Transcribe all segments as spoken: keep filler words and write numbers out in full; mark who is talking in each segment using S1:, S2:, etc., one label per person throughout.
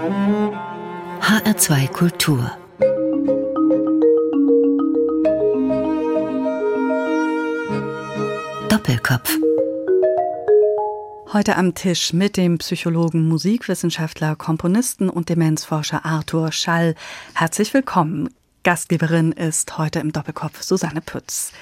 S1: H R zwei Kultur. Doppelkopf.
S2: Heute am Tisch mit dem Psychologen, Musikwissenschaftler, Komponisten und Demenzforscher Arthur Schall. Herzlich willkommen. Gastgeberin ist heute im Doppelkopf Susanne Pütz.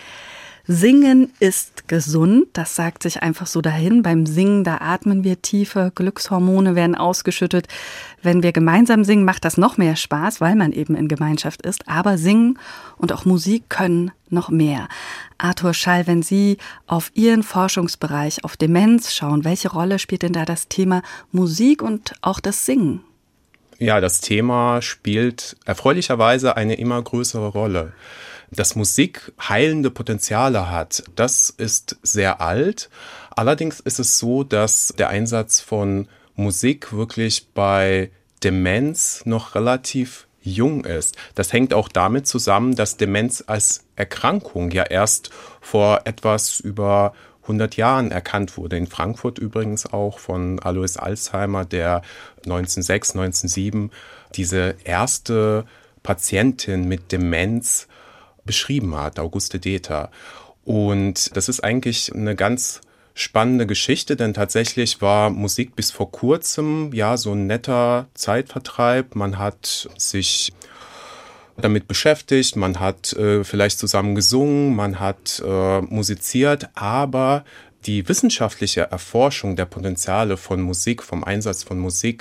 S2: Singen ist gesund, das sagt sich einfach so dahin. Beim Singen, da atmen wir tiefer, Glückshormone werden ausgeschüttet. Wenn wir gemeinsam singen, macht das noch mehr Spaß, weil man eben in Gemeinschaft ist. Aber Singen und auch Musik können noch mehr. Arthur Schall, wenn Sie auf Ihren Forschungsbereich, auf Demenz schauen, welche Rolle spielt denn da das Thema Musik und auch das Singen?
S3: Ja, das Thema spielt erfreulicherweise eine immer größere Rolle. Dass Musik heilende Potenziale hat, das ist sehr alt. Allerdings ist es so, dass der Einsatz von Musik wirklich bei Demenz noch relativ jung ist. Das hängt auch damit zusammen, dass Demenz als Erkrankung ja erst vor etwas über hundert Jahren erkannt wurde. In Frankfurt übrigens auch von Alois Alzheimer, der neunzehnhundertsechs, neunzehnhundertsieben diese erste Patientin mit Demenz beschrieben hat, Auguste Deter. Und das ist eigentlich eine ganz spannende Geschichte, denn tatsächlich war Musik bis vor kurzem ja so ein netter Zeitvertreib. Man hat sich damit beschäftigt, man hat äh, vielleicht zusammen gesungen, man hat äh, musiziert, aber die wissenschaftliche Erforschung der Potenziale von Musik, vom Einsatz von Musik,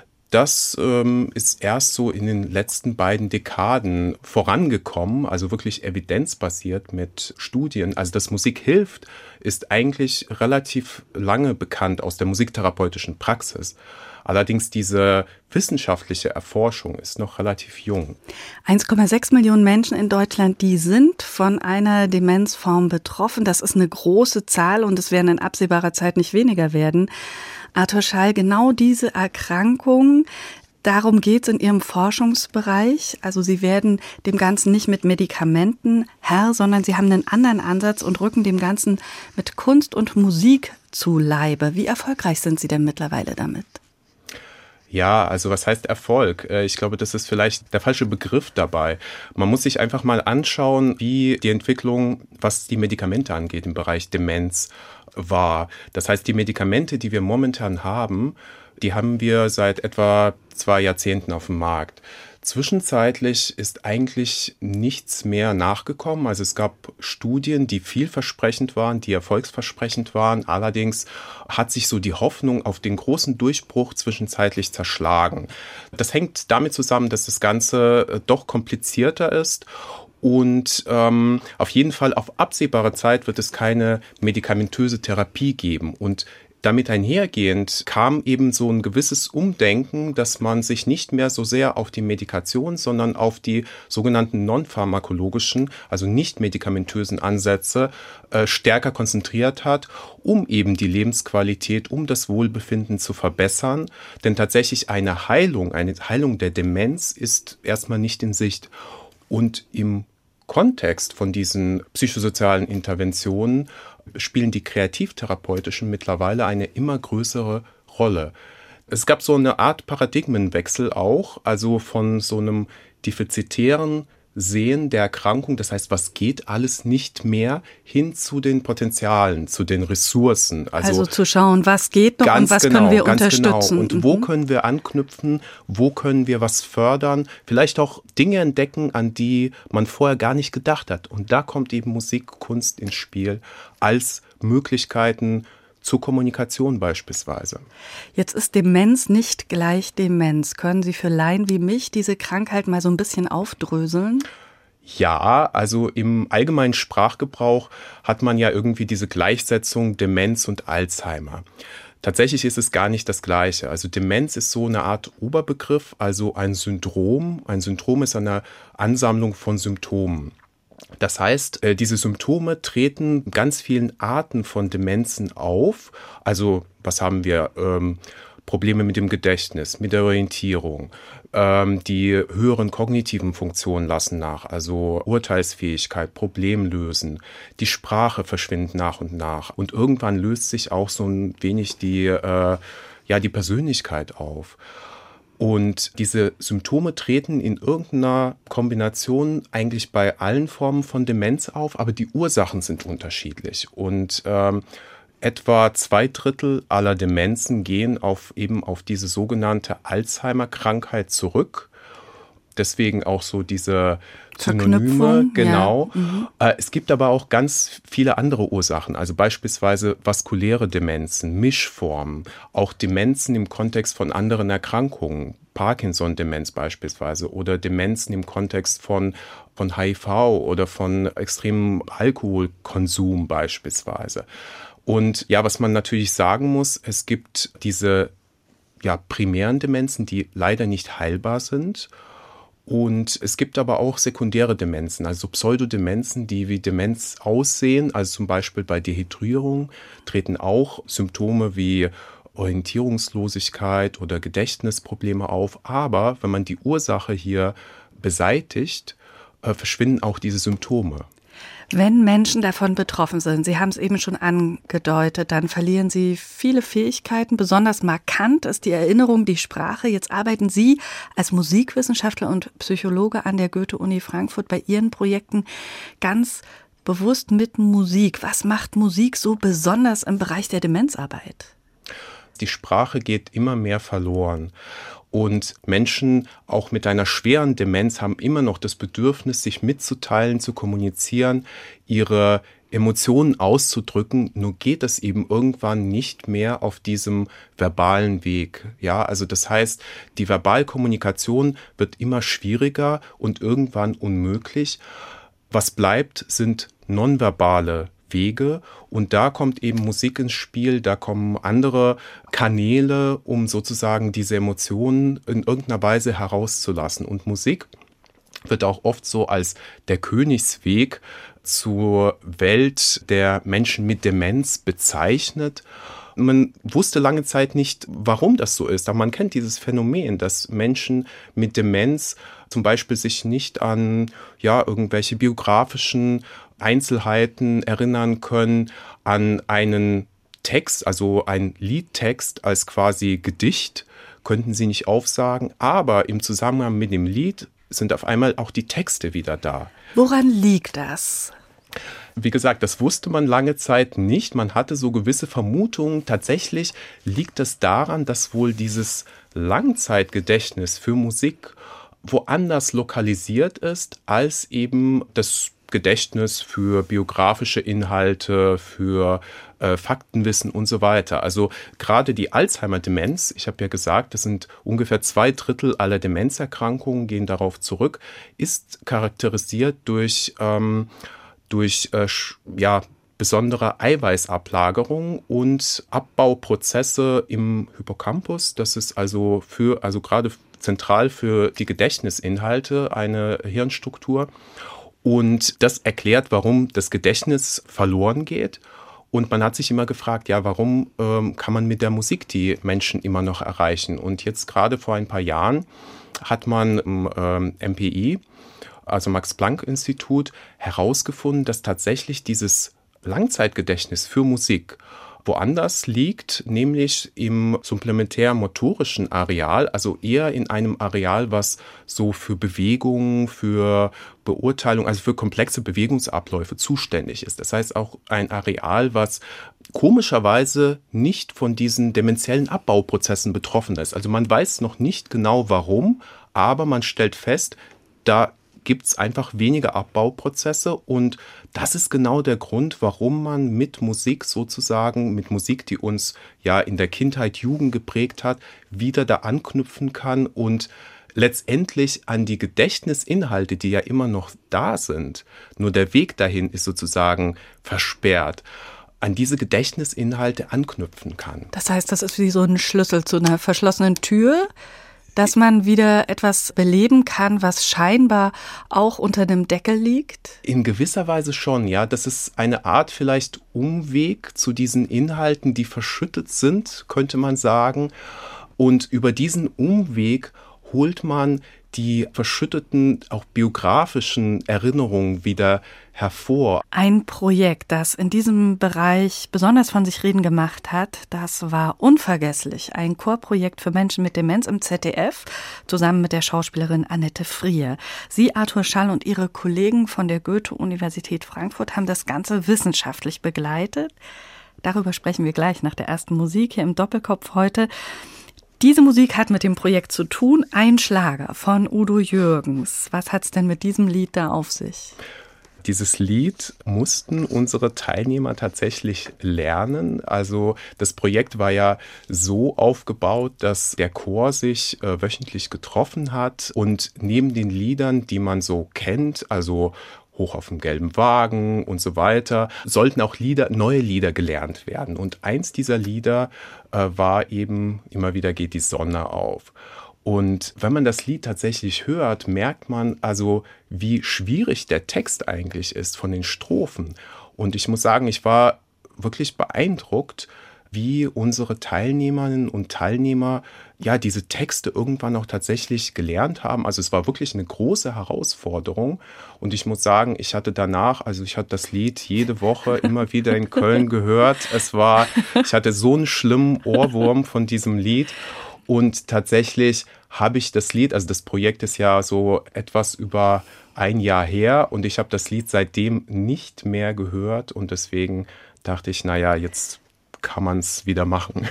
S3: das ähm, ist erst so in den letzten beiden Dekaden vorangekommen, also wirklich evidenzbasiert mit Studien. Also dass Musik hilft, ist eigentlich relativ lange bekannt aus der musiktherapeutischen Praxis. Allerdings diese wissenschaftliche Erforschung ist noch relativ jung.
S2: eins Komma sechs Millionen Menschen in Deutschland, die sind von einer Demenzform betroffen. Das ist eine große Zahl und es werden in absehbarer Zeit nicht weniger werden. Arthur Schall, genau diese Erkrankung, darum geht es in Ihrem Forschungsbereich. Also Sie werden dem Ganzen nicht mit Medikamenten Herr, sondern Sie haben einen anderen Ansatz und rücken dem Ganzen mit Kunst und Musik zu Leibe. Wie erfolgreich sind Sie denn mittlerweile damit?
S3: Ja, also was heißt Erfolg? Ich glaube, das ist vielleicht der falsche Begriff dabei. Man muss sich einfach mal anschauen, wie die Entwicklung, was die Medikamente angeht im Bereich Demenz war. Das heißt, die Medikamente, die wir momentan haben, die haben wir seit etwa zwei Jahrzehnten auf dem Markt. Zwischenzeitlich ist eigentlich nichts mehr nachgekommen. Also es gab Studien, die vielversprechend waren, die erfolgsversprechend waren. Allerdings hat sich so die Hoffnung auf den großen Durchbruch zwischenzeitlich zerschlagen. Das hängt damit zusammen, dass das Ganze doch komplizierter ist. Und ähm, auf jeden Fall auf absehbare Zeit wird es keine medikamentöse Therapie geben. Und damit einhergehend kam eben so ein gewisses Umdenken, dass man sich nicht mehr so sehr auf die Medikation, sondern auf die sogenannten non-pharmakologischen, also nicht medikamentösen Ansätze äh, stärker konzentriert hat, um eben die Lebensqualität, um das Wohlbefinden zu verbessern. Denn tatsächlich eine Heilung, eine Heilung der Demenz ist erstmal nicht in Sicht. Und im Kontext von diesen psychosozialen Interventionen spielen die kreativtherapeutischen mittlerweile eine immer größere Rolle. Es gab so eine Art Paradigmenwechsel auch, also von so einem defizitären Sehen der Erkrankung, das heißt, was geht alles nicht mehr, hin zu den Potenzialen, zu den Ressourcen.
S2: Also, also zu schauen, was geht noch und was
S3: genau,
S2: können wir
S3: ganz
S2: unterstützen.
S3: Genau. Und
S2: mhm.
S3: wo können wir anknüpfen, wo können wir was fördern, vielleicht auch Dinge entdecken, an die man vorher gar nicht gedacht hat. Und da kommt eben Musik, Kunst ins Spiel als Möglichkeiten zur Kommunikation beispielsweise.
S2: Jetzt ist Demenz nicht gleich Demenz. Können Sie für Laien wie mich diese Krankheit mal so ein bisschen aufdröseln?
S3: Ja, also im allgemeinen Sprachgebrauch hat man ja irgendwie diese Gleichsetzung Demenz und Alzheimer. Tatsächlich ist es gar nicht das Gleiche. Also Demenz ist so eine Art Oberbegriff, also ein Syndrom. Ein Syndrom ist eine Ansammlung von Symptomen. Das heißt, diese Symptome treten ganz vielen Arten von Demenzen auf. Also was haben wir? Ähm, Probleme mit dem Gedächtnis, mit der Orientierung. Ähm, die höheren kognitiven Funktionen lassen nach, also Urteilsfähigkeit, Problemlösen. Die Sprache verschwindet nach und nach. Und irgendwann löst sich auch so ein wenig die, äh, ja, die Persönlichkeit auf. Und diese Symptome treten in irgendeiner Kombination eigentlich bei allen Formen von Demenz auf, aber die Ursachen sind unterschiedlich. Und ähm, etwa zwei Drittel aller Demenzen gehen auf eben auf diese sogenannte Alzheimer-Krankheit zurück. Deswegen auch so diese Synonyme, genau. Ja. Mhm. Es gibt aber auch ganz viele andere Ursachen, also beispielsweise vaskuläre Demenzen, Mischformen, auch Demenzen im Kontext von anderen Erkrankungen, Parkinson-Demenz beispielsweise oder Demenzen im Kontext von, von H I V oder von extremem Alkoholkonsum beispielsweise. Und ja, was man natürlich sagen muss, es gibt diese ja, primären Demenzen, die leider nicht heilbar sind. Und es gibt aber auch sekundäre Demenzen, also Pseudodemenzen, die wie Demenz aussehen. Also zum Beispiel bei Dehydrierung treten auch Symptome wie Orientierungslosigkeit oder Gedächtnisprobleme auf. Aber wenn man die Ursache hier beseitigt, äh, verschwinden auch diese Symptome.
S2: Wenn Menschen davon betroffen sind, Sie haben es eben schon angedeutet, dann verlieren sie viele Fähigkeiten. Besonders markant ist die Erinnerung, die Sprache. Jetzt arbeiten Sie als Musikwissenschaftler und Psychologe an der Goethe-Uni Frankfurt bei Ihren Projekten ganz bewusst mit Musik. Was macht Musik so besonders im Bereich der Demenzarbeit?
S3: Die Sprache geht immer mehr verloren. Und Menschen auch mit einer schweren Demenz haben immer noch das Bedürfnis, sich mitzuteilen, zu kommunizieren, ihre Emotionen auszudrücken. Nur geht es eben irgendwann nicht mehr auf diesem verbalen Weg. Ja, also das heißt, die Verbalkommunikation wird immer schwieriger und irgendwann unmöglich. Was bleibt, sind nonverbale Wege und da kommt eben Musik ins Spiel, da kommen andere Kanäle, um sozusagen diese Emotionen in irgendeiner Weise herauszulassen. Und Musik wird auch oft so als der Königsweg zur Welt der Menschen mit Demenz bezeichnet. Man wusste lange Zeit nicht, warum das so ist, aber man kennt dieses Phänomen, dass Menschen mit Demenz zum Beispiel sich nicht an ja, irgendwelche biografischen Einzelheiten erinnern können, an einen Text, also ein Liedtext als quasi Gedicht, könnten sie nicht aufsagen, aber im Zusammenhang mit dem Lied sind auf einmal auch die Texte wieder da.
S2: Woran liegt das?
S3: Wie gesagt, das wusste man lange Zeit nicht. Man hatte so gewisse Vermutungen. Tatsächlich liegt es daran, dass wohl dieses Langzeitgedächtnis für Musik woanders lokalisiert ist als eben das Gedächtnis für biografische Inhalte, für äh, Faktenwissen und so weiter. Also gerade die Alzheimer-Demenz, ich habe ja gesagt, das sind ungefähr zwei Drittel aller Demenzerkrankungen, gehen darauf zurück, ist charakterisiert durch, ähm, durch äh, ja, besondere Eiweißablagerung und Abbauprozesse im Hippocampus. Das ist also für, also gerade zentral für die Gedächtnisinhalte eine Hirnstruktur. Und das erklärt, warum das Gedächtnis verloren geht. Und man hat sich immer gefragt, ja, warum ähm, kann man mit der Musik die Menschen immer noch erreichen? Und jetzt gerade vor ein paar Jahren hat man im ähm, M P I, also Max-Planck-Institut, herausgefunden, dass tatsächlich dieses Langzeitgedächtnis für Musik woanders liegt, nämlich im supplementär-motorischen Areal, also eher in einem Areal, was so für Bewegung, für Beurteilung, also für komplexe Bewegungsabläufe zuständig ist. Das heißt auch ein Areal, was komischerweise nicht von diesen dementiellen Abbauprozessen betroffen ist. Also man weiß noch nicht genau warum, aber man stellt fest, da gibt es einfach weniger Abbauprozesse und das ist genau der Grund, warum man mit Musik sozusagen, mit Musik, die uns ja in der Kindheit, Jugend geprägt hat, wieder da anknüpfen kann und letztendlich an die Gedächtnisinhalte, die ja immer noch da sind, nur der Weg dahin ist sozusagen versperrt, an diese Gedächtnisinhalte anknüpfen kann.
S2: Das heißt, das ist wie so ein Schlüssel zu einer verschlossenen Tür, dass man wieder etwas beleben kann, was scheinbar auch unter dem Deckel liegt?
S3: In gewisser Weise schon, ja. Das ist eine Art vielleicht Umweg zu diesen Inhalten, die verschüttet sind, könnte man sagen. Und über diesen Umweg holt man die verschütteten, auch biografischen Erinnerungen wieder hervor.
S2: Ein Projekt, das in diesem Bereich besonders von sich reden gemacht hat, das war Unvergesslich, ein Chorprojekt für Menschen mit Demenz im Z D F, zusammen mit der Schauspielerin Annette Frier. Sie, Arthur Schall und ihre Kollegen von der Goethe-Universität Frankfurt haben das Ganze wissenschaftlich begleitet. Darüber sprechen wir gleich nach der ersten Musik hier im Doppelkopf heute. Diese Musik hat mit dem Projekt zu tun, ein Schlager von Udo Jürgens. Was hat's denn mit diesem Lied da auf sich?
S3: Dieses Lied mussten unsere Teilnehmer tatsächlich lernen. Also das Projekt war ja so aufgebaut, dass der Chor sich äh, wöchentlich getroffen hat und neben den Liedern, die man so kennt, also Hoch auf dem gelben Wagen und so weiter, sollten auch Lieder, neue Lieder gelernt werden. Und eins dieser Lieder äh, war eben Immer wieder geht die Sonne auf. Und wenn man das Lied tatsächlich hört, merkt man also, wie schwierig der Text eigentlich ist von den Strophen. Und ich muss sagen, ich war wirklich beeindruckt, wie unsere Teilnehmerinnen und Teilnehmer ja diese Texte irgendwann auch tatsächlich gelernt haben. Also es war wirklich eine große Herausforderung. Und ich muss sagen, ich hatte danach, also ich hatte das Lied jede Woche immer wieder in Köln gehört. Es war, ich hatte so einen schlimmen Ohrwurm von diesem Lied. Und tatsächlich habe ich das Lied, also das Projekt ist ja so etwas über ein Jahr her und ich habe das Lied seitdem nicht mehr gehört und deswegen dachte ich, naja, jetzt kann man es wieder machen.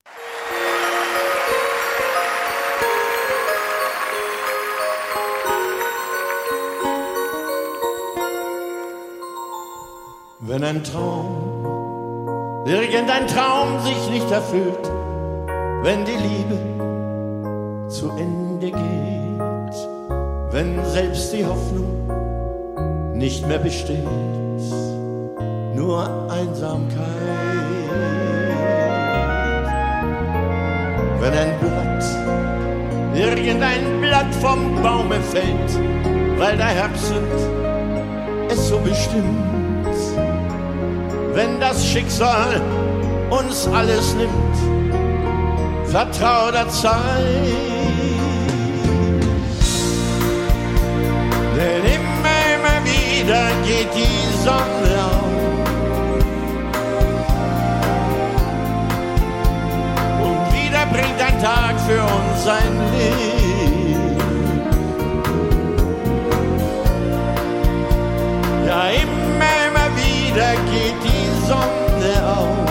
S4: Wenn ein Traum, irgendein Traum sich nicht erfüllt, wenn die Liebe zu Ende geht, wenn selbst die Hoffnung nicht mehr besteht, nur Einsamkeit. Wenn ein Blatt, irgendein Blatt vom Baume fällt, weil der Herbstwind es so bestimmt, wenn das Schicksal uns alles nimmt, vertrau der Zeit, denn immer, immer wieder geht die Sonne auf und wieder bringt ein Tag für uns ein Licht. Ja, immer, immer wieder geht die Sonne auf.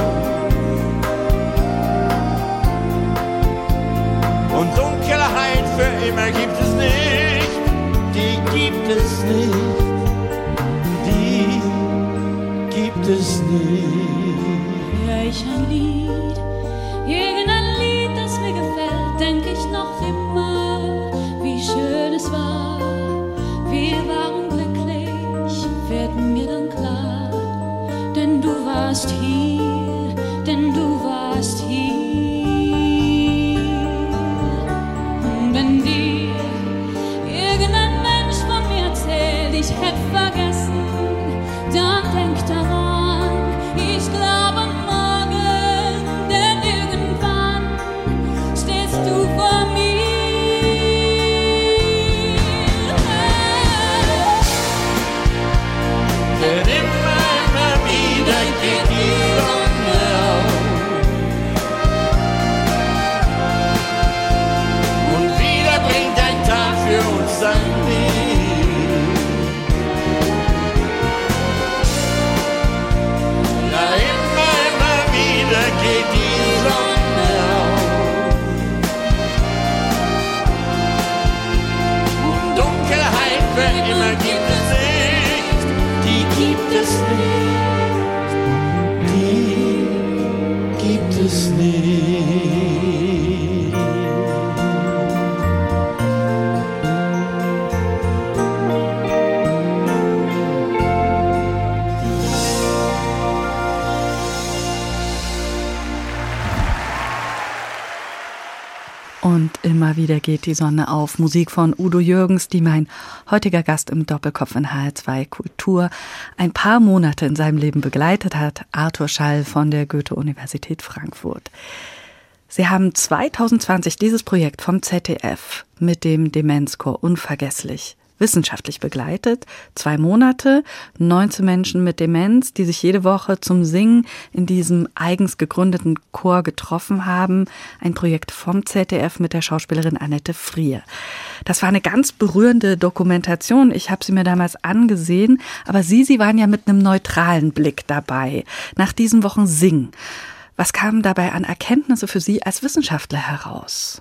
S4: Und Dunkelheit für immer gibt es nicht, die gibt es nicht, die gibt es nicht.
S5: Hör ich ein Lied, irgendein Lied, das mir gefällt, denk ich noch immer, wie schön es war. Wir waren glücklich, wird mir dann klar, denn du warst hier, denn du warst hier. Wenn dir irgendein Mensch von mir erzählt, ich hätte vergessen, dann denk daran, ich glaube morgen, denn irgendwann stehst du vor mir.
S4: Denn immer, immer wieder geht die Sonne auf. Für uns ein Lied. Ja, immer, immer wieder geht die Sonne auf. Und Dunkelheit für immer gibt es nicht, die gibt es nicht, die gibt es nicht.
S2: Und immer wieder geht die Sonne auf. Musik von Udo Jürgens, die mein heutiger Gast im Doppelkopf in H R zwei Kultur ein paar Monate in seinem Leben begleitet hat. Arthur Schall von der Goethe-Universität Frankfurt. Sie haben zweitausendzwanzig dieses Projekt vom Z D F mit dem Demenzchor Unvergesslich wissenschaftlich begleitet. Zwei Monate, neunzehn Menschen mit Demenz, die sich jede Woche zum Singen in diesem eigens gegründeten Chor getroffen haben. Ein Projekt vom Z D F mit der Schauspielerin Annette Frier. Das war eine ganz berührende Dokumentation. Ich habe sie mir damals angesehen. Aber Sie, Sie waren ja mit einem neutralen Blick dabei. Nach diesen Wochen Singen. Was kamen dabei an Erkenntnisse für Sie als Wissenschaftler heraus?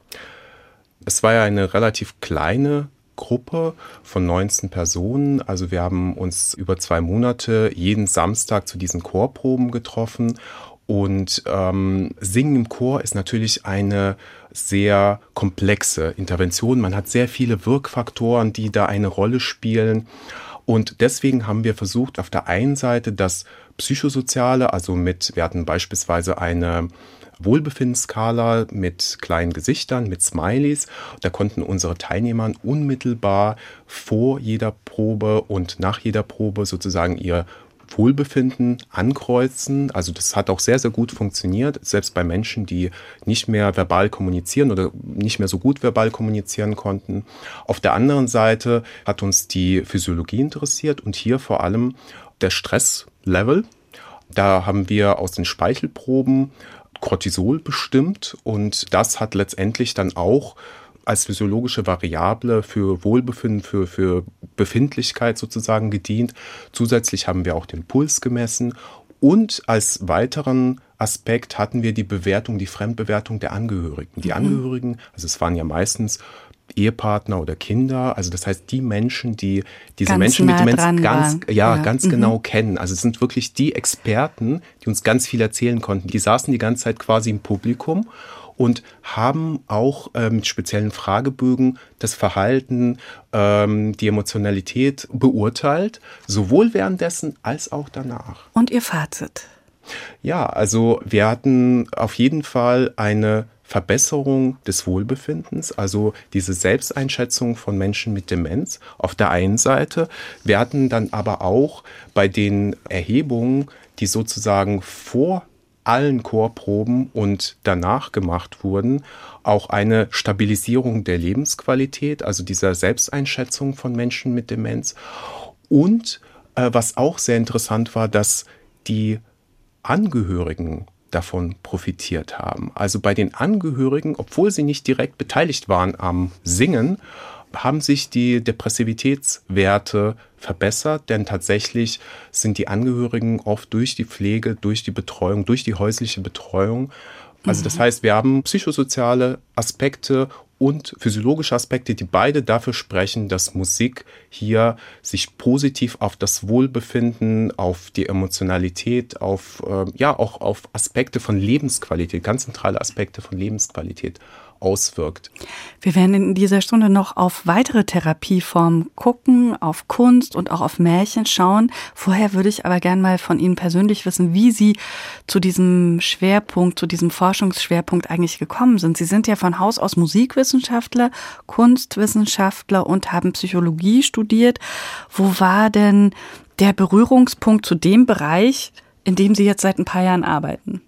S3: Es war ja eine relativ kleine Gruppe von neunzehn Personen. Also wir haben uns über zwei Monate jeden Samstag zu diesen Chorproben getroffen. Und ähm, Singen im Chor ist natürlich eine sehr komplexe Intervention. Man hat sehr viele Wirkfaktoren, die da eine Rolle spielen. Und deswegen haben wir versucht, auf der einen Seite das Psychosoziale, also mit, wir hatten beispielsweise eine Wohlbefindensskala mit kleinen Gesichtern, mit Smileys. Da konnten unsere Teilnehmer unmittelbar vor jeder Probe und nach jeder Probe sozusagen ihr Wohlbefinden ankreuzen. Also das hat auch sehr, sehr gut funktioniert, selbst bei Menschen, die nicht mehr verbal kommunizieren oder nicht mehr so gut verbal kommunizieren konnten. Auf der anderen Seite hat uns die Physiologie interessiert und hier vor allem der Stresslevel. Da haben wir aus den Speichelproben Cortisol bestimmt und das hat letztendlich dann auch als physiologische Variable für Wohlbefinden, für, für Befindlichkeit sozusagen gedient. Zusätzlich haben wir auch den Puls gemessen und als weiteren Aspekt hatten wir die Bewertung, die Fremdbewertung der Angehörigen. Die Angehörigen, also es waren ja meistens Ehepartner oder Kinder, also das heißt die Menschen, die diese
S2: ganz
S3: Menschen mit
S2: nah
S3: Demenz ganz, ja,
S2: ja.
S3: ganz
S2: mhm.
S3: genau kennen. Also es sind wirklich die Experten, die uns ganz viel erzählen konnten. Die saßen die ganze Zeit quasi im Publikum und haben auch äh, mit speziellen Fragebögen das Verhalten, ähm, die Emotionalität beurteilt, sowohl währenddessen als auch danach.
S2: Und Ihr Fazit?
S3: Ja, also wir hatten auf jeden Fall eine Verbesserung des Wohlbefindens, also diese Selbsteinschätzung von Menschen mit Demenz auf der einen Seite. Wir hatten dann aber auch bei den Erhebungen, die sozusagen vor allen Chorproben und danach gemacht wurden, auch eine Stabilisierung der Lebensqualität, also dieser Selbsteinschätzung von Menschen mit Demenz. Und äh, was auch sehr interessant war, dass die Angehörigen davon profitiert haben. Also bei den Angehörigen, obwohl sie nicht direkt beteiligt waren am Singen, haben sich die Depressivitätswerte verbessert, denn tatsächlich sind die Angehörigen oft durch die Pflege, durch die Betreuung, durch die häusliche Betreuung. Also das heißt, wir haben psychosoziale Aspekte und physiologische Aspekte, die beide dafür sprechen, dass Musik hier sich positiv auf das Wohlbefinden, auf die Emotionalität, auf äh, ja auch auf Aspekte von Lebensqualität, ganz zentrale Aspekte von Lebensqualität auswirkt.
S2: Wir werden in dieser Stunde noch auf weitere Therapieformen gucken, auf Kunst und auch auf Märchen schauen. Vorher würde ich aber gerne mal von Ihnen persönlich wissen, wie Sie zu diesem Schwerpunkt, zu diesem Forschungsschwerpunkt eigentlich gekommen sind. Sie sind ja von Haus aus Musikwissenschaftler, Kunstwissenschaftler und haben Psychologie studiert. Wo war denn der Berührungspunkt zu dem Bereich, in dem Sie jetzt seit ein paar Jahren arbeiten?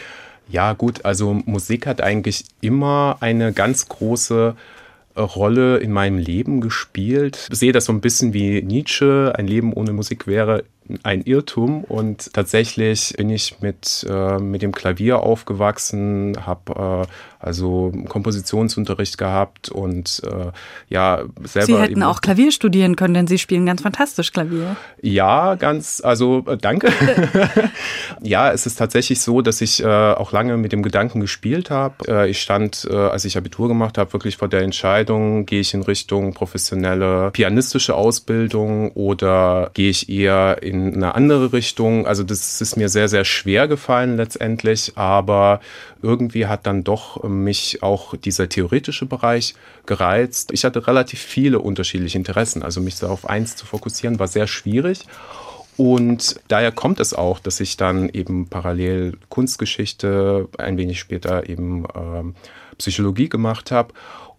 S3: Ja gut, also Musik hat eigentlich immer eine ganz große Rolle in meinem Leben gespielt. Ich sehe das so ein bisschen wie Nietzsche, ein Leben ohne Musik wäre ein Irrtum. Und tatsächlich bin ich mit, äh, mit dem Klavier aufgewachsen, habe äh, also Kompositionsunterricht gehabt und äh, ja selber.
S2: Sie hätten
S3: eben
S2: auch Klavier studieren können, denn Sie spielen ganz fantastisch Klavier.
S3: Ja, ganz, also äh, danke. Ja, es ist tatsächlich so, dass ich äh, auch lange mit dem Gedanken gespielt habe. Äh, ich stand, äh, als ich Abitur gemacht habe, wirklich vor der Entscheidung, gehe ich in Richtung professionelle pianistische Ausbildung oder gehe ich eher in in eine andere Richtung. Also das ist mir sehr, sehr schwer gefallen letztendlich, aber irgendwie hat dann doch mich auch dieser theoretische Bereich gereizt. Ich hatte relativ viele unterschiedliche Interessen, also mich so auf eins zu fokussieren, war sehr schwierig. Und daher kommt es auch, dass ich dann eben parallel Kunstgeschichte, ein wenig später eben ähm, Psychologie gemacht habe.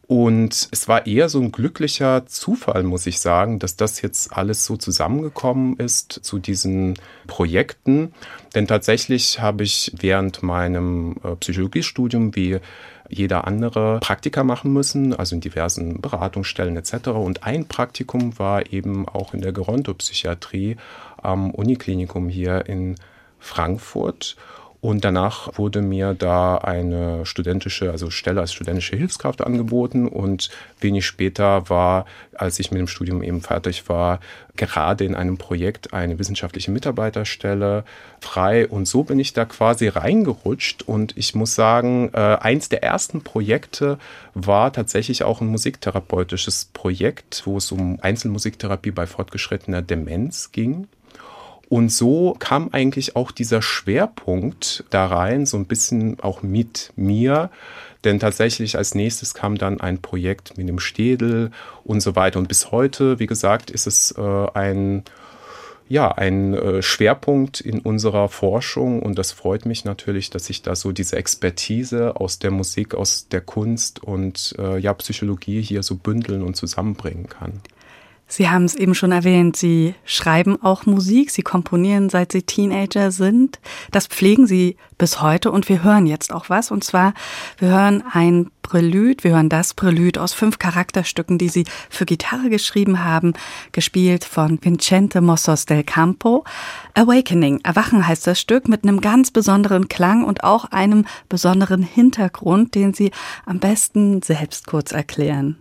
S3: Und es war eher so ein glücklicher Zufall, muss ich sagen, dass das jetzt alles so zusammengekommen ist zu diesen Projekten. Denn tatsächlich habe ich während meinem Psychologiestudium wie jeder andere Praktika machen müssen, also in diversen Beratungsstellen et cetera. Und ein Praktikum war eben auch in der Gerontopsychiatrie am Uniklinikum hier in Frankfurt. Und danach wurde mir da eine studentische, also Stelle als studentische Hilfskraft angeboten. Und wenig später war, als ich mit dem Studium eben fertig war, gerade in einem Projekt eine wissenschaftliche Mitarbeiterstelle frei. Und so bin ich da quasi reingerutscht. Und ich muss sagen, äh, eins der ersten Projekte war tatsächlich auch ein musiktherapeutisches Projekt, wo es um Einzelmusiktherapie bei fortgeschrittener Demenz ging. Und so kam eigentlich auch dieser Schwerpunkt da rein, so ein bisschen auch mit mir. Denn tatsächlich als nächstes kam dann ein Projekt mit dem Städel und so weiter. Und bis heute, wie gesagt, ist es äh, ein, ja, ein äh, Schwerpunkt in unserer Forschung. Und das freut mich natürlich, dass ich da so diese Expertise aus der Musik, aus der Kunst und äh, ja, Psychologie hier so bündeln und zusammenbringen kann.
S2: Sie haben es eben schon erwähnt, Sie schreiben auch Musik, Sie komponieren, seit Sie Teenager sind. Das pflegen Sie bis heute und wir hören jetzt auch was. Und zwar, wir hören ein Prälude, wir hören das Prälude aus fünf Charakterstücken, die Sie für Gitarre geschrieben haben, gespielt von Vicente Mossos del Campo. Awakening, Erwachen heißt das Stück, mit einem ganz besonderen Klang und auch einem besonderen Hintergrund, den Sie am besten selbst kurz erklären.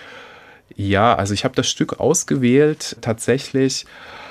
S3: Ja, also ich habe das Stück ausgewählt tatsächlich,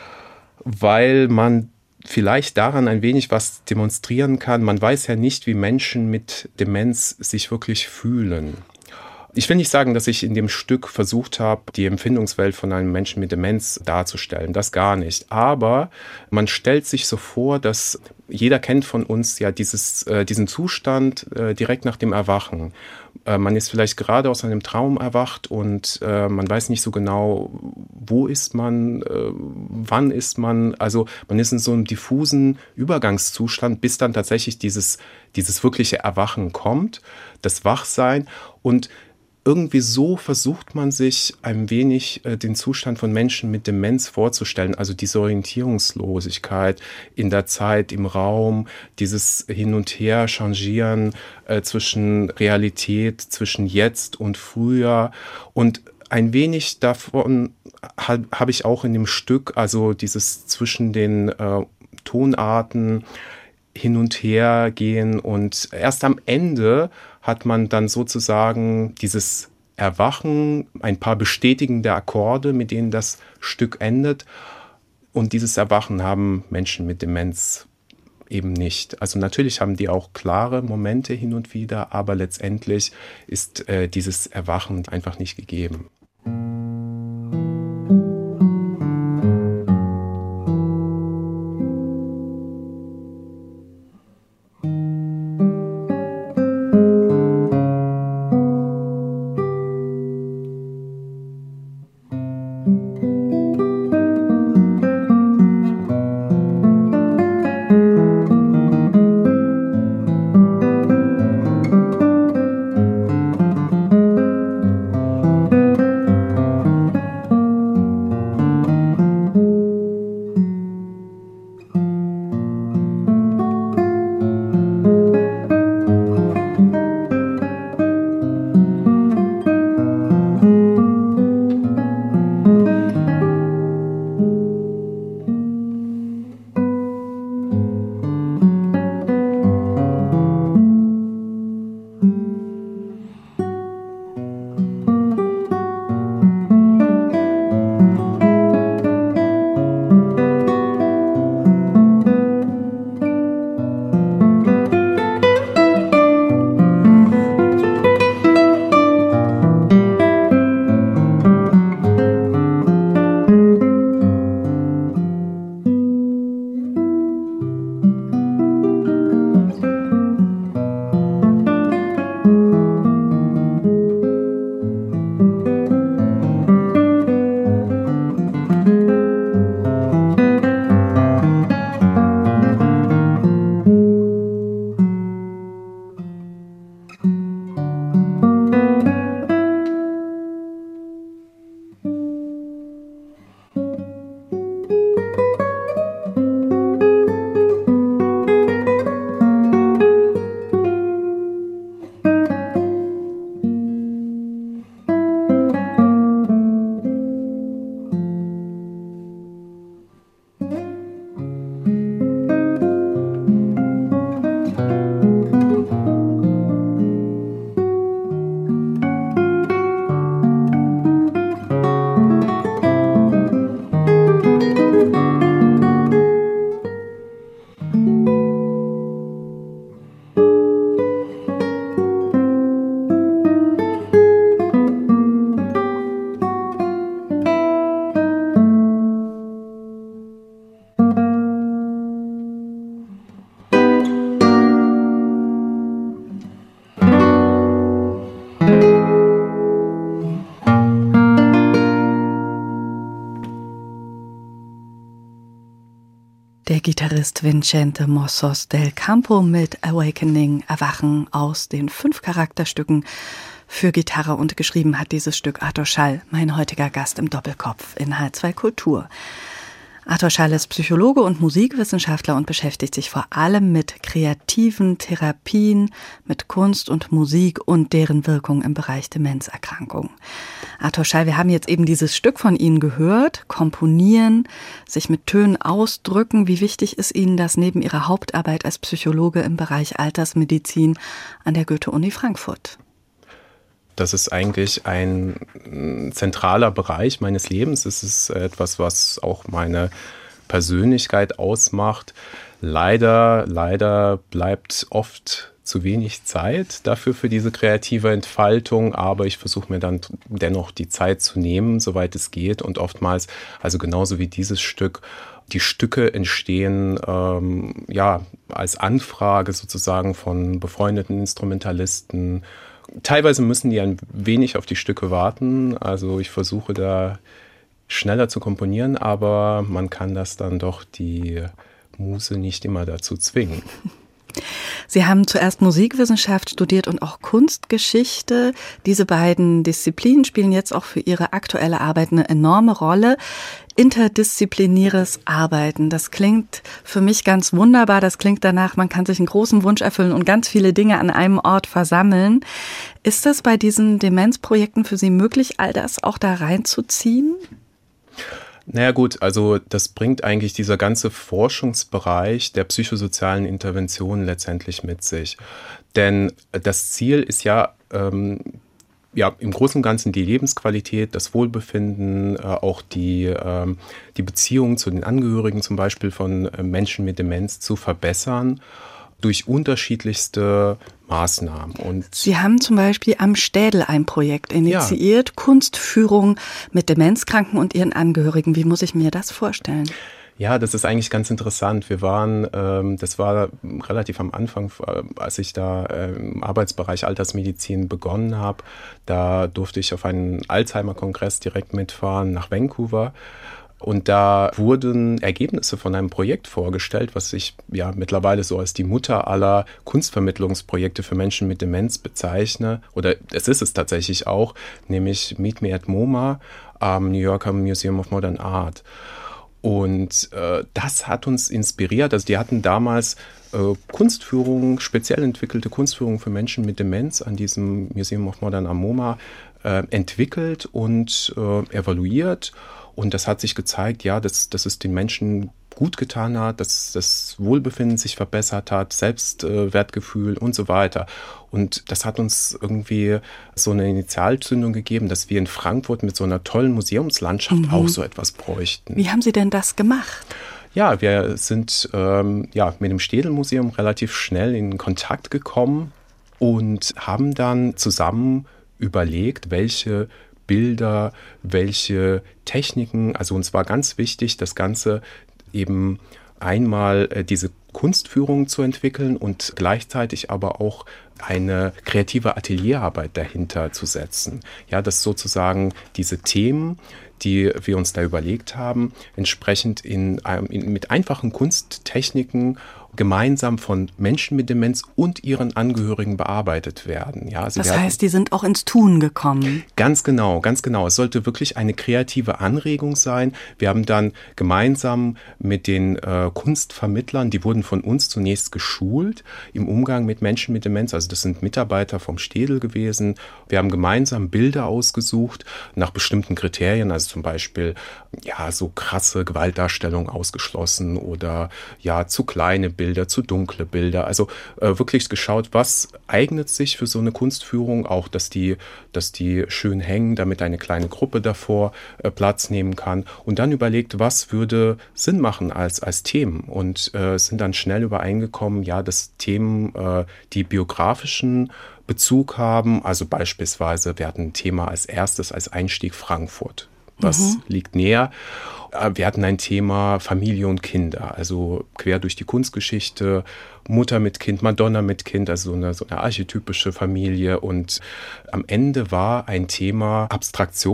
S3: weil man vielleicht daran ein wenig was demonstrieren kann. Man weiß ja nicht, wie Menschen mit Demenz sich wirklich fühlen. Ich will nicht sagen, dass ich in dem Stück versucht habe, die Empfindungswelt von einem Menschen mit Demenz darzustellen. Das gar nicht. Aber man stellt sich so vor, dass jeder kennt von uns ja dieses, äh, diesen Zustand äh, direkt nach dem Erwachen. Äh, man ist vielleicht gerade aus einem Traum erwacht und äh, man weiß nicht so genau, wo ist man, äh, wann ist man. Also man ist in so einem diffusen Übergangszustand, bis dann tatsächlich dieses, dieses wirkliche Erwachen kommt, das Wachsein. Und irgendwie so versucht man sich ein wenig äh, den Zustand von Menschen mit Demenz vorzustellen, also diese Orientierungslosigkeit in der Zeit, im Raum, dieses Hin- und Her changieren äh, zwischen Realität, zwischen jetzt und früher. Und ein wenig davon habe hab ich auch in dem Stück, also dieses zwischen den äh, Tonarten hin und her gehen, und erst am Ende hat man dann sozusagen dieses Erwachen, ein paar bestätigende Akkorde, mit denen das Stück endet. Und dieses Erwachen haben Menschen mit Demenz eben nicht. Also natürlich haben die auch klare Momente hin und wieder, aber letztendlich ist äh, dieses Erwachen einfach nicht gegeben.
S2: Gitarrist Vicente Mossos del Campo mit Awakening, Erwachen aus den fünf Charakterstücken für Gitarre, und geschrieben hat dieses Stück Arthur Schall, mein heutiger Gast im Doppelkopf in H zwei Kultur. Arthur Schall ist Psychologe und Musikwissenschaftler und beschäftigt sich vor allem mit kreativen Therapien, mit Kunst und Musik und deren Wirkung im Bereich Demenzerkrankung. Arthur Schall, wir haben jetzt eben dieses Stück von Ihnen gehört, komponieren, sich mit Tönen ausdrücken. Wie wichtig ist Ihnen das neben Ihrer Hauptarbeit als Psychologe im Bereich Altersmedizin an der Goethe-Uni Frankfurt?
S3: Das ist eigentlich ein zentraler Bereich meines Lebens. Es ist etwas, was auch meine Persönlichkeit ausmacht. Leider, leider bleibt oft zu wenig Zeit dafür, für diese kreative Entfaltung. Aber ich versuche mir dann dennoch die Zeit zu nehmen, soweit es geht. Und oftmals, also genauso wie dieses Stück, die Stücke entstehen ähm, ja als Anfrage sozusagen von befreundeten Instrumentalisten. Teilweise müssen die ein wenig auf die Stücke warten. Also ich versuche da schneller zu komponieren, aber man kann das dann doch die Muse nicht immer dazu zwingen.
S2: Sie haben zuerst Musikwissenschaft studiert und auch Kunstgeschichte. Diese beiden Disziplinen spielen jetzt auch für Ihre aktuelle Arbeit eine enorme Rolle. Interdisziplinäres Arbeiten, das klingt für mich ganz wunderbar. Das klingt danach, man kann sich einen großen Wunsch erfüllen und ganz viele Dinge an einem Ort versammeln. Ist das bei diesen Demenzprojekten für Sie möglich, all das auch da reinzuziehen?
S3: Naja gut, also das bringt eigentlich dieser ganze Forschungsbereich der psychosozialen Intervention letztendlich mit sich. Denn das Ziel ist ja, ähm, ja im Großen und Ganzen die Lebensqualität, das Wohlbefinden, äh, auch die, ähm, die Beziehung zu den Angehörigen zum Beispiel von äh, Menschen mit Demenz zu verbessern durch unterschiedlichste Maßnahmen. Und
S2: Sie haben zum Beispiel am Städel ein Projekt initiiert, ja. Kunstführung mit Demenzkranken und ihren Angehörigen. Wie muss ich mir das vorstellen?
S3: Ja, das ist eigentlich ganz interessant. Wir waren, ähm, das war relativ am Anfang, als ich da äh, im Arbeitsbereich Altersmedizin begonnen habe. Da durfte ich auf einen Alzheimer-Kongress direkt mitfahren nach Vancouver. Und da wurden Ergebnisse von einem Projekt vorgestellt, was ich ja mittlerweile so als die Mutter aller Kunstvermittlungsprojekte für Menschen mit Demenz bezeichne. Oder es ist es tatsächlich auch, nämlich Meet Me at MoMA am New Yorker Museum of Modern Art. Und äh, das hat uns inspiriert. Also die hatten damals äh, Kunstführungen, speziell entwickelte Kunstführungen für Menschen mit Demenz an diesem Museum of Modern Art MoMA äh, entwickelt und äh, evaluiert. Und das hat sich gezeigt, ja, dass, dass es den Menschen gut getan hat, dass das Wohlbefinden sich verbessert hat, Selbstwertgefühl und so weiter. Und das hat uns irgendwie so eine Initialzündung gegeben, dass wir in Frankfurt mit so einer tollen Museumslandschaft mhm. auch so etwas bräuchten.
S2: Wie haben Sie denn das gemacht?
S3: Ja, wir sind ähm, ja, mit dem Städel-Museum relativ schnell in Kontakt gekommen und haben dann zusammen überlegt, welche Bilder, welche Techniken, also uns war ganz wichtig, das Ganze eben einmal äh, diese Kunstführung zu entwickeln und gleichzeitig aber auch eine kreative Atelierarbeit dahinter zu setzen. Ja, dass sozusagen diese Themen, die wir uns da überlegt haben, entsprechend in, in, mit einfachen Kunsttechniken gemeinsam von Menschen mit Demenz und ihren Angehörigen bearbeitet werden. Ja, also
S2: das heißt, hatten, die sind auch ins Tun gekommen.
S3: Ganz genau, ganz genau. Es sollte wirklich eine kreative Anregung sein. Wir haben dann gemeinsam mit den äh, Kunstvermittlern, die wurden von uns zunächst geschult im Umgang mit Menschen mit Demenz. Also das sind Mitarbeiter vom Städel gewesen. Wir haben gemeinsam Bilder ausgesucht nach bestimmten Kriterien, also zum Beispiel ja so krasse Gewaltdarstellungen ausgeschlossen oder ja zu kleine Bilder, zu dunkle Bilder. Also äh, wirklich geschaut, was eignet sich für so eine Kunstführung, auch dass die, dass die schön hängen, damit eine kleine Gruppe davor äh, Platz nehmen kann. Und dann überlegt, was würde Sinn machen als, als Themen. Und äh, sind dann schnell übereingekommen, ja, dass Themen, äh, die biografischen Bezug haben, also beispielsweise, wir hatten ein Thema als erstes als Einstieg Frankfurt. Was mhm. liegt näher? Wir hatten ein Thema Familie und Kinder, also quer durch die Kunstgeschichte, Mutter mit Kind, Madonna mit Kind, also so eine, so eine archetypische Familie. Und am Ende war ein Thema Abstraktion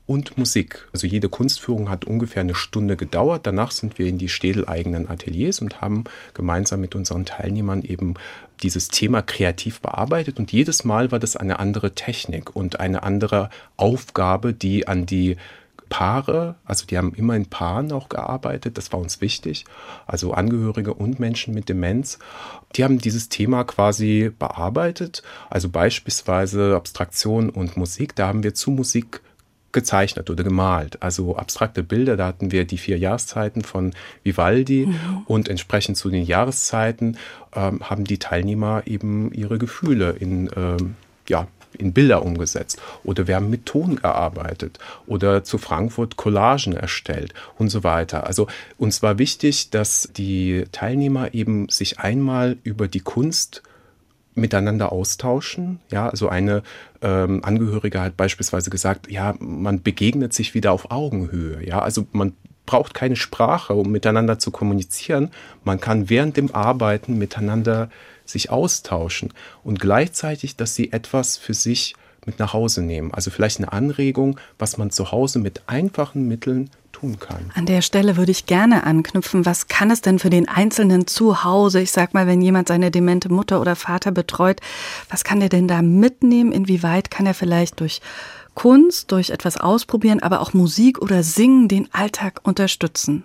S3: und Musik. Also jede Kunstführung hat ungefähr eine Stunde gedauert. Danach sind wir in die städeleigenen Ateliers und haben gemeinsam mit unseren Teilnehmern eben dieses Thema kreativ bearbeitet. Und jedes Mal war das eine andere Technik und eine andere Aufgabe, die an die Paare, also die haben immer in Paaren auch gearbeitet, das war uns wichtig, also Angehörige und Menschen mit Demenz, die haben dieses Thema quasi bearbeitet, also beispielsweise Abstraktion und Musik, da haben wir zu Musik gezeichnet oder gemalt, also abstrakte Bilder, da hatten wir die vier Jahreszeiten von Vivaldi mhm. und entsprechend zu den Jahreszeiten ähm, haben die Teilnehmer eben ihre Gefühle in, ähm, ja, in Bilder umgesetzt oder wir haben mit Ton gearbeitet oder zu Frankfurt Collagen erstellt und so weiter. Also uns war wichtig, dass die Teilnehmer eben sich einmal über die Kunst miteinander austauschen. Ja, also eine ähm, Angehörige hat beispielsweise gesagt, ja, man begegnet sich wieder auf Augenhöhe. Ja, also man braucht keine Sprache, um miteinander zu kommunizieren. Man kann während dem Arbeiten miteinander sich austauschen und gleichzeitig, dass sie etwas für sich mit nach Hause nehmen. Also vielleicht eine Anregung, was man zu Hause mit einfachen Mitteln tun kann.
S2: An der Stelle würde ich gerne anknüpfen. Was kann es denn für den Einzelnen zu Hause, ich sag mal, wenn jemand seine demente Mutter oder Vater betreut, was kann der denn da mitnehmen? Inwieweit kann er vielleicht durch Kunst, durch etwas ausprobieren, aber auch Musik oder Singen den Alltag unterstützen?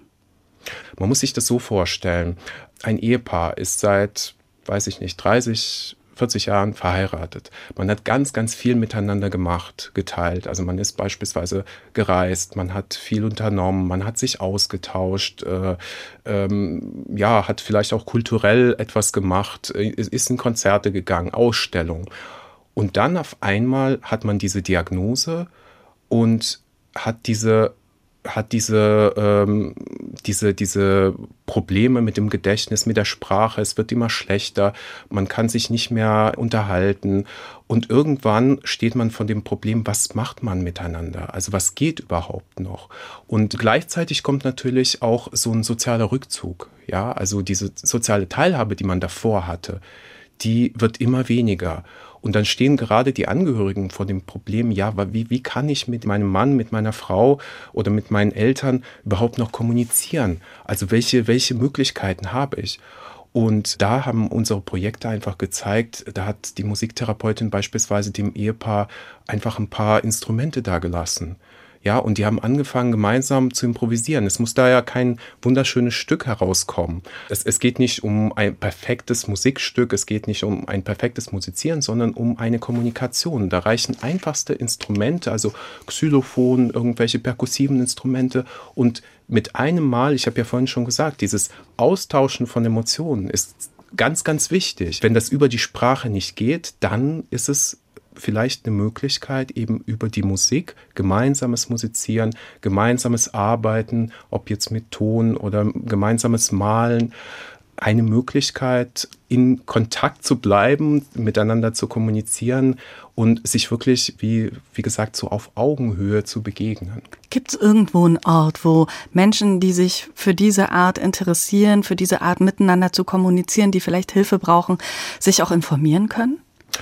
S3: Man muss sich das so vorstellen. Ein Ehepaar ist seit, weiß ich nicht, dreißig, vierzig Jahren verheiratet. Man hat ganz, ganz viel miteinander gemacht, geteilt. Also man ist beispielsweise gereist, man hat viel unternommen, man hat sich ausgetauscht, äh, ähm, ja, hat vielleicht auch kulturell etwas gemacht, ist in Konzerte gegangen, Ausstellungen. Und dann auf einmal hat man diese Diagnose und hat diese hat diese, ähm, diese, diese Probleme mit dem Gedächtnis, mit der Sprache, es wird immer schlechter, man kann sich nicht mehr unterhalten und irgendwann steht man vor dem Problem, was macht man miteinander, also was geht überhaupt noch? Und gleichzeitig kommt natürlich auch so ein sozialer Rückzug, ja, also diese soziale Teilhabe, die man davor hatte, die wird immer weniger. Und dann stehen gerade die Angehörigen vor dem Problem, ja, wie, wie kann ich mit meinem Mann, mit meiner Frau oder mit meinen Eltern überhaupt noch kommunizieren? Also welche, welche Möglichkeiten habe ich? Und da haben unsere Projekte einfach gezeigt, da hat die Musiktherapeutin beispielsweise dem Ehepaar einfach ein paar Instrumente dagelassen. Ja, und die haben angefangen, gemeinsam zu improvisieren. Es muss da ja kein wunderschönes Stück herauskommen. Es, es geht nicht um ein perfektes Musikstück, es geht nicht um ein perfektes Musizieren, sondern um eine Kommunikation. Da reichen einfachste Instrumente, also Xylophon, irgendwelche perkussiven Instrumente. Und mit einem Mal, ich habe ja vorhin schon gesagt, dieses Austauschen von Emotionen ist ganz, ganz wichtig. Wenn das über die Sprache nicht geht, dann ist es vielleicht eine Möglichkeit, eben über die Musik, gemeinsames Musizieren, gemeinsames Arbeiten, ob jetzt mit Ton oder gemeinsames Malen, eine Möglichkeit, in Kontakt zu bleiben, miteinander zu kommunizieren und sich wirklich, wie, wie gesagt, so auf Augenhöhe zu begegnen.
S2: Gibt es irgendwo einen Ort, wo Menschen, die sich für diese Art interessieren, für diese Art miteinander zu kommunizieren, die vielleicht Hilfe brauchen, sich auch informieren können?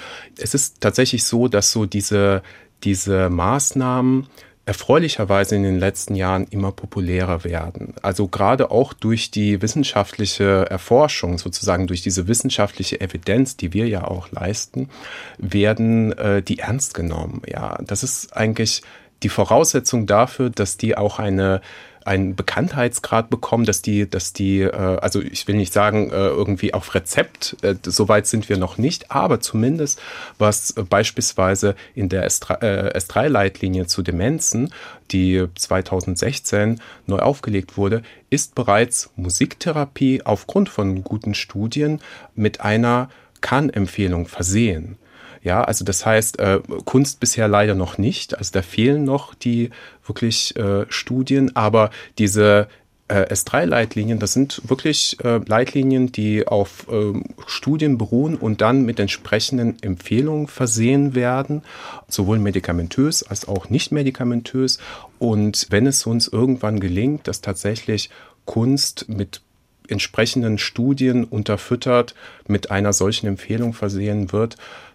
S3: Es ist tatsächlich so, dass so diese, diese Maßnahmen erfreulicherweise in den letzten Jahren immer populärer werden. Also gerade auch durch die wissenschaftliche Erforschung, sozusagen durch diese wissenschaftliche Evidenz, die wir ja auch leisten, werden äh, die ernst genommen. Ja, das ist eigentlich die Voraussetzung dafür, dass die auch eine einen Bekanntheitsgrad bekommen, dass die, dass die, äh, also ich will nicht sagen, äh, irgendwie auf Rezept, äh, so weit sind wir noch nicht, aber zumindest was äh, beispielsweise in der S drei Leitlinie zu Demenzen, die zweitausendsechzehn neu aufgelegt wurde, ist bereits Musiktherapie aufgrund von guten Studien mit einer Kann-Empfehlung versehen. Ja, also das heißt, äh, Kunst bisher leider noch nicht. Also da fehlen noch die wirklich äh, Studien, aber diese äh, S drei Leitlinien, das sind wirklich äh, Leitlinien, die auf äh, Studien beruhen und dann mit entsprechenden Empfehlungen versehen werden, sowohl medikamentös als auch nicht medikamentös. Und wenn es uns irgendwann gelingt, dass tatsächlich Kunst mit entsprechenden Studien unterfüttert mit einer solchen Empfehlung versehen wird,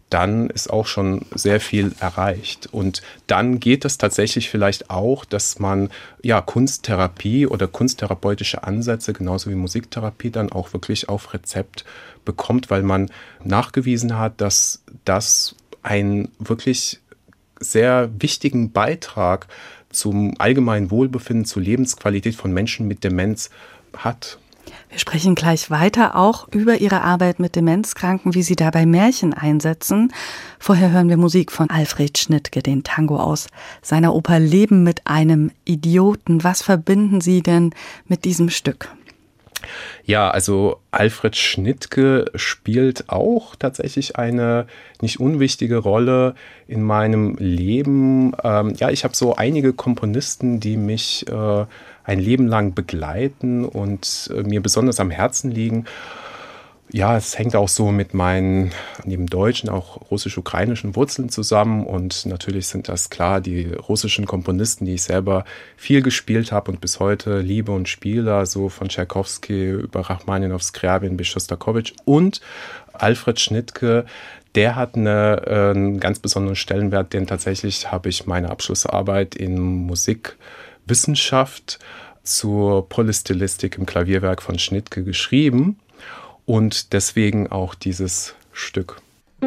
S3: dann ist auch schon sehr viel erreicht. Und dann geht es tatsächlich vielleicht auch, dass man ja Kunsttherapie oder kunsttherapeutische Ansätze, genauso wie Musiktherapie, dann auch wirklich auf Rezept bekommt, weil man nachgewiesen hat, dass das einen wirklich sehr wichtigen Beitrag zum allgemeinen Wohlbefinden, zur Lebensqualität von Menschen mit Demenz hat.
S2: Wir sprechen gleich weiter auch über Ihre Arbeit mit Demenzkranken, wie Sie dabei Märchen einsetzen. Vorher hören wir Musik von Alfred Schnittke, den Tango aus seiner Oper Leben mit einem Idioten. Was verbinden Sie denn mit diesem Stück?
S3: Ja, also Alfred Schnittke spielt auch tatsächlich eine nicht unwichtige Rolle in meinem Leben. Ähm, ja, ich habe so einige Komponisten, die mich äh, ein Leben lang begleiten und äh, mir besonders am Herzen liegen. Ja, es hängt auch so mit meinen neben deutschen auch russisch-ukrainischen Wurzeln zusammen und natürlich sind das klar die russischen Komponisten, die ich selber viel gespielt habe und bis heute liebe und spiele, so von Tschaikowski über Rachmaninow, Skriabin bis Schostakowitsch und Alfred Schnittke. Der hat eine, äh, einen ganz besonderen Stellenwert, denn tatsächlich habe ich meine Abschlussarbeit in Musikwissenschaft zur Polystylistik im Klavierwerk von Schnittke geschrieben. Und deswegen auch dieses Stück.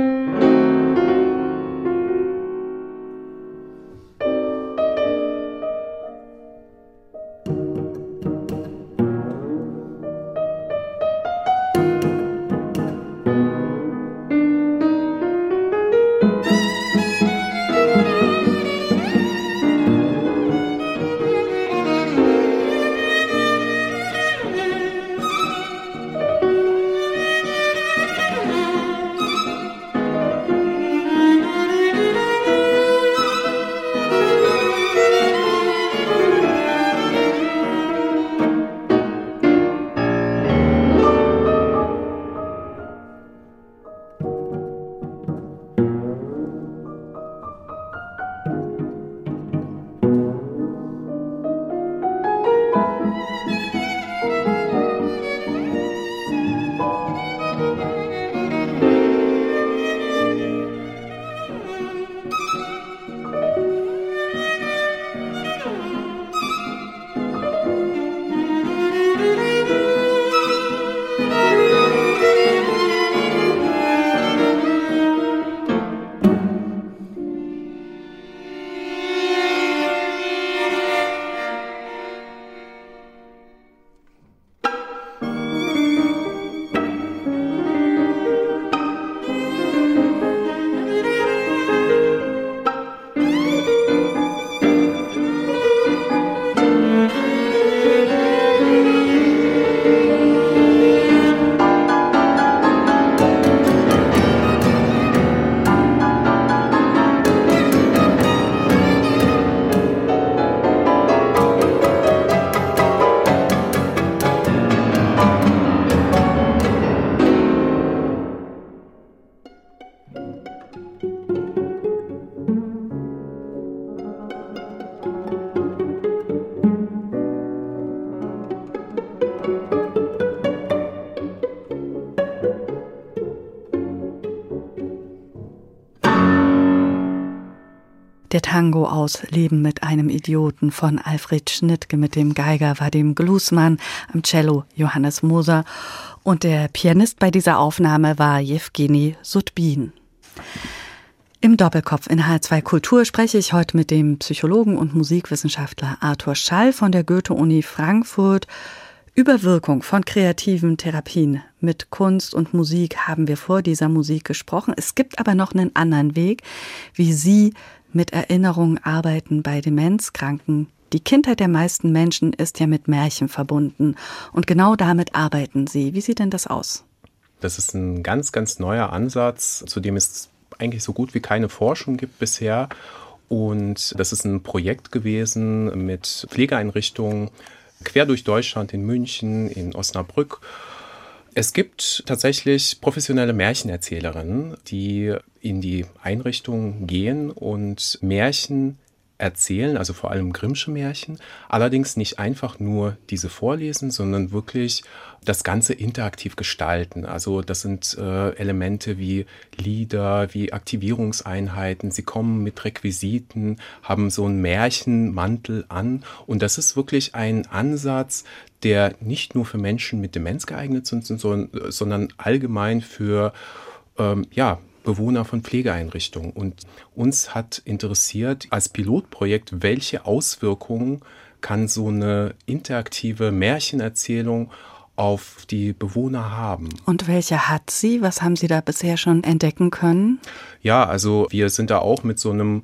S2: Der Tango aus Leben mit einem Idioten von Alfred Schnittke mit dem Geiger Vadim Glusman, am Cello Johannes Moser und der Pianist bei dieser Aufnahme war Jewgeni Sudbin. Im Doppelkopf in H R zwei Kultur spreche ich heute mit dem Psychologen und Musikwissenschaftler Arthur Schall von der Goethe-Uni Frankfurt. Über Wirkung von kreativen Therapien mit Kunst und Musik haben wir vor dieser Musik gesprochen. Es gibt aber noch einen anderen Weg, wie Sie mit Erinnerungen arbeiten bei Demenzkranken. Die Kindheit der meisten Menschen ist ja mit Märchen verbunden und genau damit arbeiten Sie. Wie sieht denn das aus?
S3: Das ist ein ganz, ganz neuer Ansatz, zu dem es eigentlich so gut wie keine Forschung gibt bisher. Und das ist ein Projekt gewesen mit Pflegeeinrichtungen quer durch Deutschland, in München, in Osnabrück. Es gibt tatsächlich professionelle Märchenerzählerinnen, die in die Einrichtung gehen und Märchen erzählen, also vor allem Grimmsche Märchen. Allerdings nicht einfach nur diese vorlesen, sondern wirklich das Ganze interaktiv gestalten. Also das sind äh, Elemente wie Lieder, wie Aktivierungseinheiten. Sie kommen mit Requisiten, haben so einen Märchenmantel an. Und das ist wirklich ein Ansatz, der nicht nur für Menschen mit Demenz geeignet sind, sondern, sondern allgemein für ähm, ja, Bewohner von Pflegeeinrichtungen. Und uns hat interessiert als Pilotprojekt, welche Auswirkungen kann so eine interaktive Märchenerzählung auf die Bewohner haben.
S2: Und welche hat sie? Was haben Sie da bisher schon entdecken können?
S3: Ja, also wir sind da auch mit so einem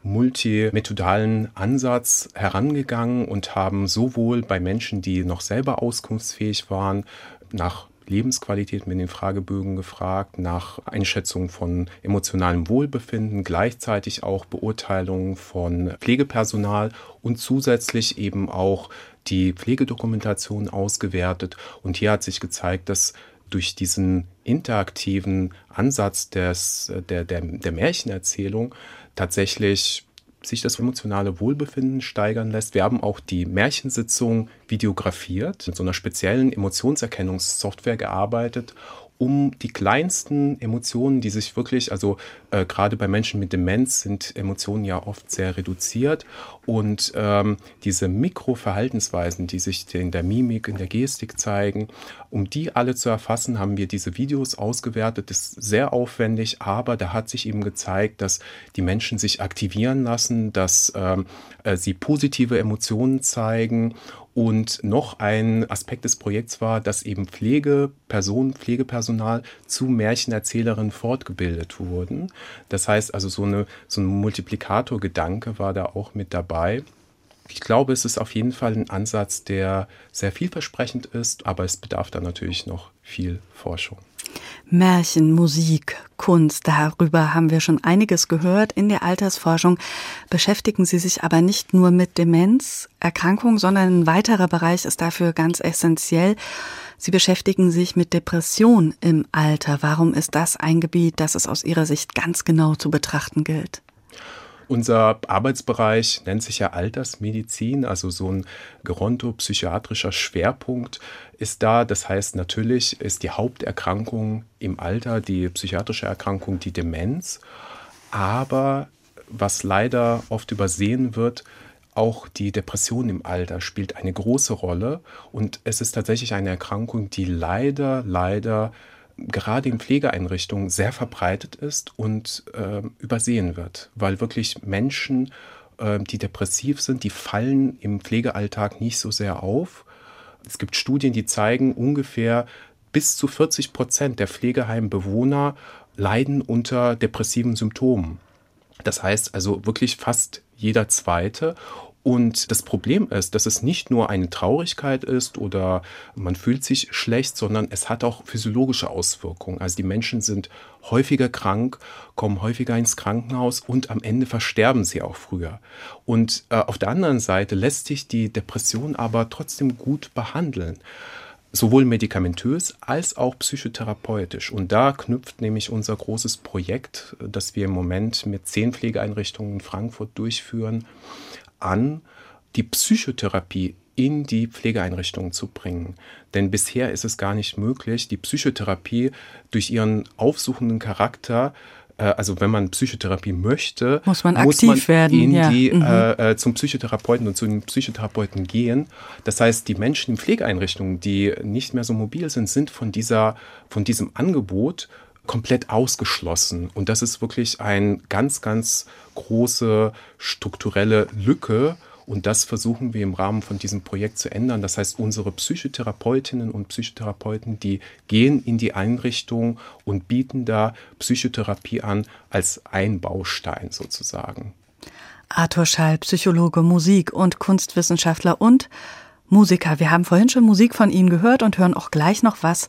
S3: multimethodalen Ansatz herangegangen und haben sowohl bei Menschen, die noch selber auskunftsfähig waren, nach Lebensqualität mit den Fragebögen gefragt, nach Einschätzung von emotionalem Wohlbefinden, gleichzeitig auch Beurteilung von Pflegepersonal und zusätzlich eben auch die Pflegedokumentation ausgewertet. Und hier hat sich gezeigt, dass durch diesen interaktiven Ansatz des, der, der, der Märchenerzählung tatsächlich sich das emotionale Wohlbefinden steigern lässt. Wir haben auch die Märchensitzung videografiert, mit so einer speziellen Emotionserkennungssoftware gearbeitet, um die kleinsten Emotionen, die sich wirklich, also äh, gerade bei Menschen mit Demenz sind Emotionen ja oft sehr reduziert und ähm, diese Mikroverhaltensweisen, die sich in der Mimik, in der Gestik zeigen, um die alle zu erfassen, haben wir diese Videos ausgewertet. Das ist sehr aufwendig, aber da hat sich eben gezeigt, dass die Menschen sich aktivieren lassen, dass ähm, äh, sie positive Emotionen zeigen. Und noch ein Aspekt des Projekts war, dass eben Pflegepersonen, Pflegepersonal zu Märchenerzählerinnen fortgebildet wurden. Das heißt also, so, eine, so ein Multiplikatorgedanke war da auch mit dabei. Ich glaube, es ist auf jeden Fall ein Ansatz, der sehr vielversprechend ist, aber es bedarf da natürlich noch viel Forschung.
S2: Märchen, Musik, Kunst, darüber haben wir schon einiges gehört. In der Altersforschung beschäftigen Sie sich aber nicht nur mit Demenzerkrankungen, sondern ein weiterer Bereich ist dafür ganz essentiell. Sie beschäftigen sich mit Depression im Alter. Warum ist das ein Gebiet, das es aus Ihrer Sicht ganz genau zu betrachten gilt?
S3: Unser Arbeitsbereich nennt sich ja Altersmedizin, also so ein gerontopsychiatrischer Schwerpunkt ist da. Das heißt, natürlich ist die Haupterkrankung im Alter, die psychiatrische Erkrankung, die Demenz. Aber was leider oft übersehen wird, auch die Depression im Alter spielt eine große Rolle. Und es ist tatsächlich eine Erkrankung, die leider, leider gerade in Pflegeeinrichtungen sehr verbreitet ist und äh, übersehen wird, weil wirklich Menschen, äh, die depressiv sind, die fallen im Pflegealltag nicht so sehr auf. Es gibt Studien, die zeigen, ungefähr bis zu vierzig Prozent der Pflegeheimbewohner leiden unter depressiven Symptomen. Das heißt also wirklich fast jeder Zweite. Und das Problem ist, dass es nicht nur eine Traurigkeit ist oder man fühlt sich schlecht, sondern es hat auch physiologische Auswirkungen. Also die Menschen sind häufiger krank, kommen häufiger ins Krankenhaus und am Ende versterben sie auch früher. Und äh, auf der anderen Seite lässt sich die Depression aber trotzdem gut behandeln. Sowohl medikamentös als auch psychotherapeutisch. Und da knüpft nämlich unser großes Projekt, das wir im Moment mit zehn Pflegeeinrichtungen in Frankfurt durchführen, an, die Psychotherapie in die Pflegeeinrichtungen zu bringen. Denn bisher ist es gar nicht möglich, die Psychotherapie durch ihren aufsuchenden Charakter, äh, also wenn man Psychotherapie möchte,
S2: muss man
S3: muss
S2: aktiv
S3: man
S2: werden,
S3: in
S2: ja.
S3: die,
S2: mhm.
S3: äh, zum Psychotherapeuten und zu den Psychotherapeuten gehen. Das heißt, die Menschen in Pflegeeinrichtungen, die nicht mehr so mobil sind, sind von dieser, von diesem Angebot komplett ausgeschlossen. Und das ist wirklich eine ganz, ganz große strukturelle Lücke. Und das versuchen wir im Rahmen von diesem Projekt zu ändern. Das heißt, unsere Psychotherapeutinnen und Psychotherapeuten, die gehen in die Einrichtung und bieten da Psychotherapie an als Einbaustein sozusagen.
S2: Arthur Schall, Psychologe, Musik- und Kunstwissenschaftler und Musiker. Wir haben vorhin schon Musik von Ihnen gehört und hören auch gleich noch was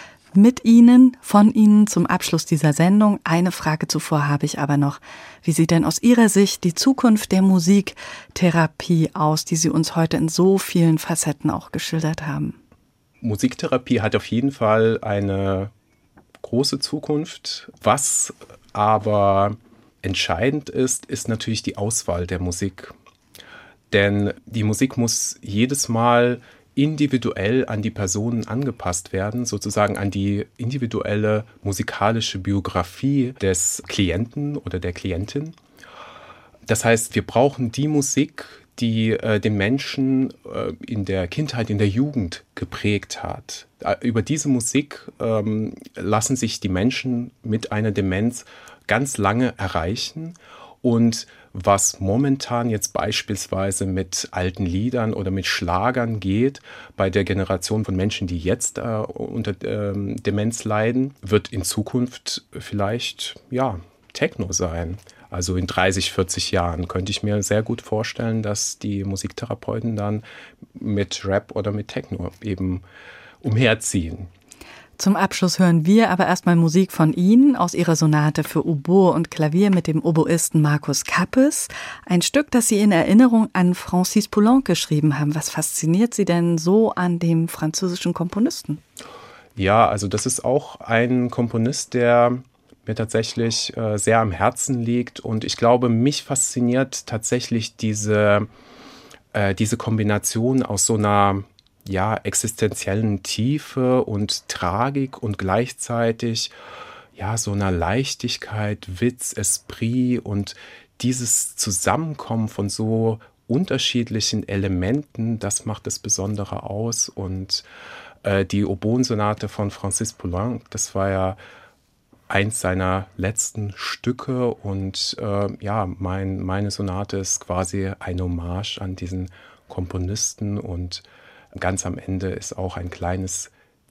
S2: mit Ihnen, von Ihnen zum Abschluss dieser Sendung. Eine Frage zuvor habe ich aber noch. Wie sieht denn aus Ihrer Sicht die Zukunft der Musiktherapie aus, die Sie uns heute in so vielen Facetten auch geschildert haben?
S3: Musiktherapie hat auf jeden Fall eine große Zukunft. Was aber entscheidend ist, ist natürlich die Auswahl der Musik. Denn die Musik muss jedes Mal individuell an die Personen angepasst werden, sozusagen an die individuelle musikalische Biografie des Klienten oder der Klientin. Das heißt, wir brauchen die Musik, die äh, den Menschen äh, in der Kindheit, in der Jugend geprägt hat. Über diese Musik ähm, lassen sich die Menschen mit einer Demenz ganz lange erreichen. Und was momentan jetzt beispielsweise mit alten Liedern oder mit Schlagern geht, bei der Generation von Menschen, die jetzt äh, unter ähm, Demenz leiden, wird in Zukunft vielleicht, ja, Techno sein. Also in dreißig, vierzig Jahren könnte ich mir sehr gut vorstellen, dass die Musiktherapeuten dann mit Rap oder mit Techno eben umherziehen.
S2: Zum Abschluss hören wir aber erstmal Musik von Ihnen aus Ihrer Sonate für Oboe und Klavier mit dem Oboisten Markus Kappes. Ein Stück, das Sie in Erinnerung an Francis Poulenc geschrieben haben. Was fasziniert Sie denn so an dem französischen Komponisten?
S3: Ja, also das ist auch ein Komponist, der mir tatsächlich äh, sehr am Herzen liegt. Und ich glaube, mich fasziniert tatsächlich diese, äh, diese Kombination aus so einer ja, existenziellen Tiefe und Tragik und gleichzeitig ja, so einer Leichtigkeit, Witz, Esprit und dieses Zusammenkommen von so unterschiedlichen Elementen, das macht das Besondere aus. Und äh, die Oboensonate von Francis Poulenc, das war ja eins seiner letzten Stücke und äh, ja, mein, meine Sonate ist quasi ein Hommage an diesen Komponisten und ganz am Ende ist auch ein kleines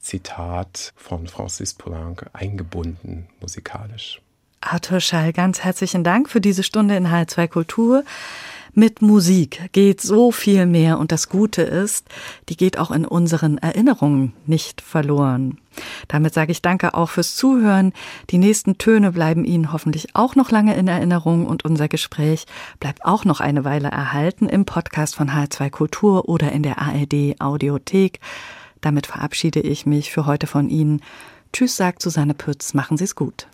S3: Zitat von Francis Poulenc eingebunden musikalisch.
S2: Arthur Schall, ganz herzlichen Dank für diese Stunde in H L zwei Kultur. Mit Musik geht so viel mehr und das Gute ist, die geht auch in unseren Erinnerungen nicht verloren. Damit sage ich danke auch fürs Zuhören. Die nächsten Töne bleiben Ihnen hoffentlich auch noch lange in Erinnerung und unser Gespräch bleibt auch noch eine Weile erhalten im Podcast von H L zwei Kultur oder in der A R D Audiothek. Damit verabschiede ich mich für heute von Ihnen. Tschüss, sagt Susanne Pütz. Machen Sie es gut.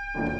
S5: Thank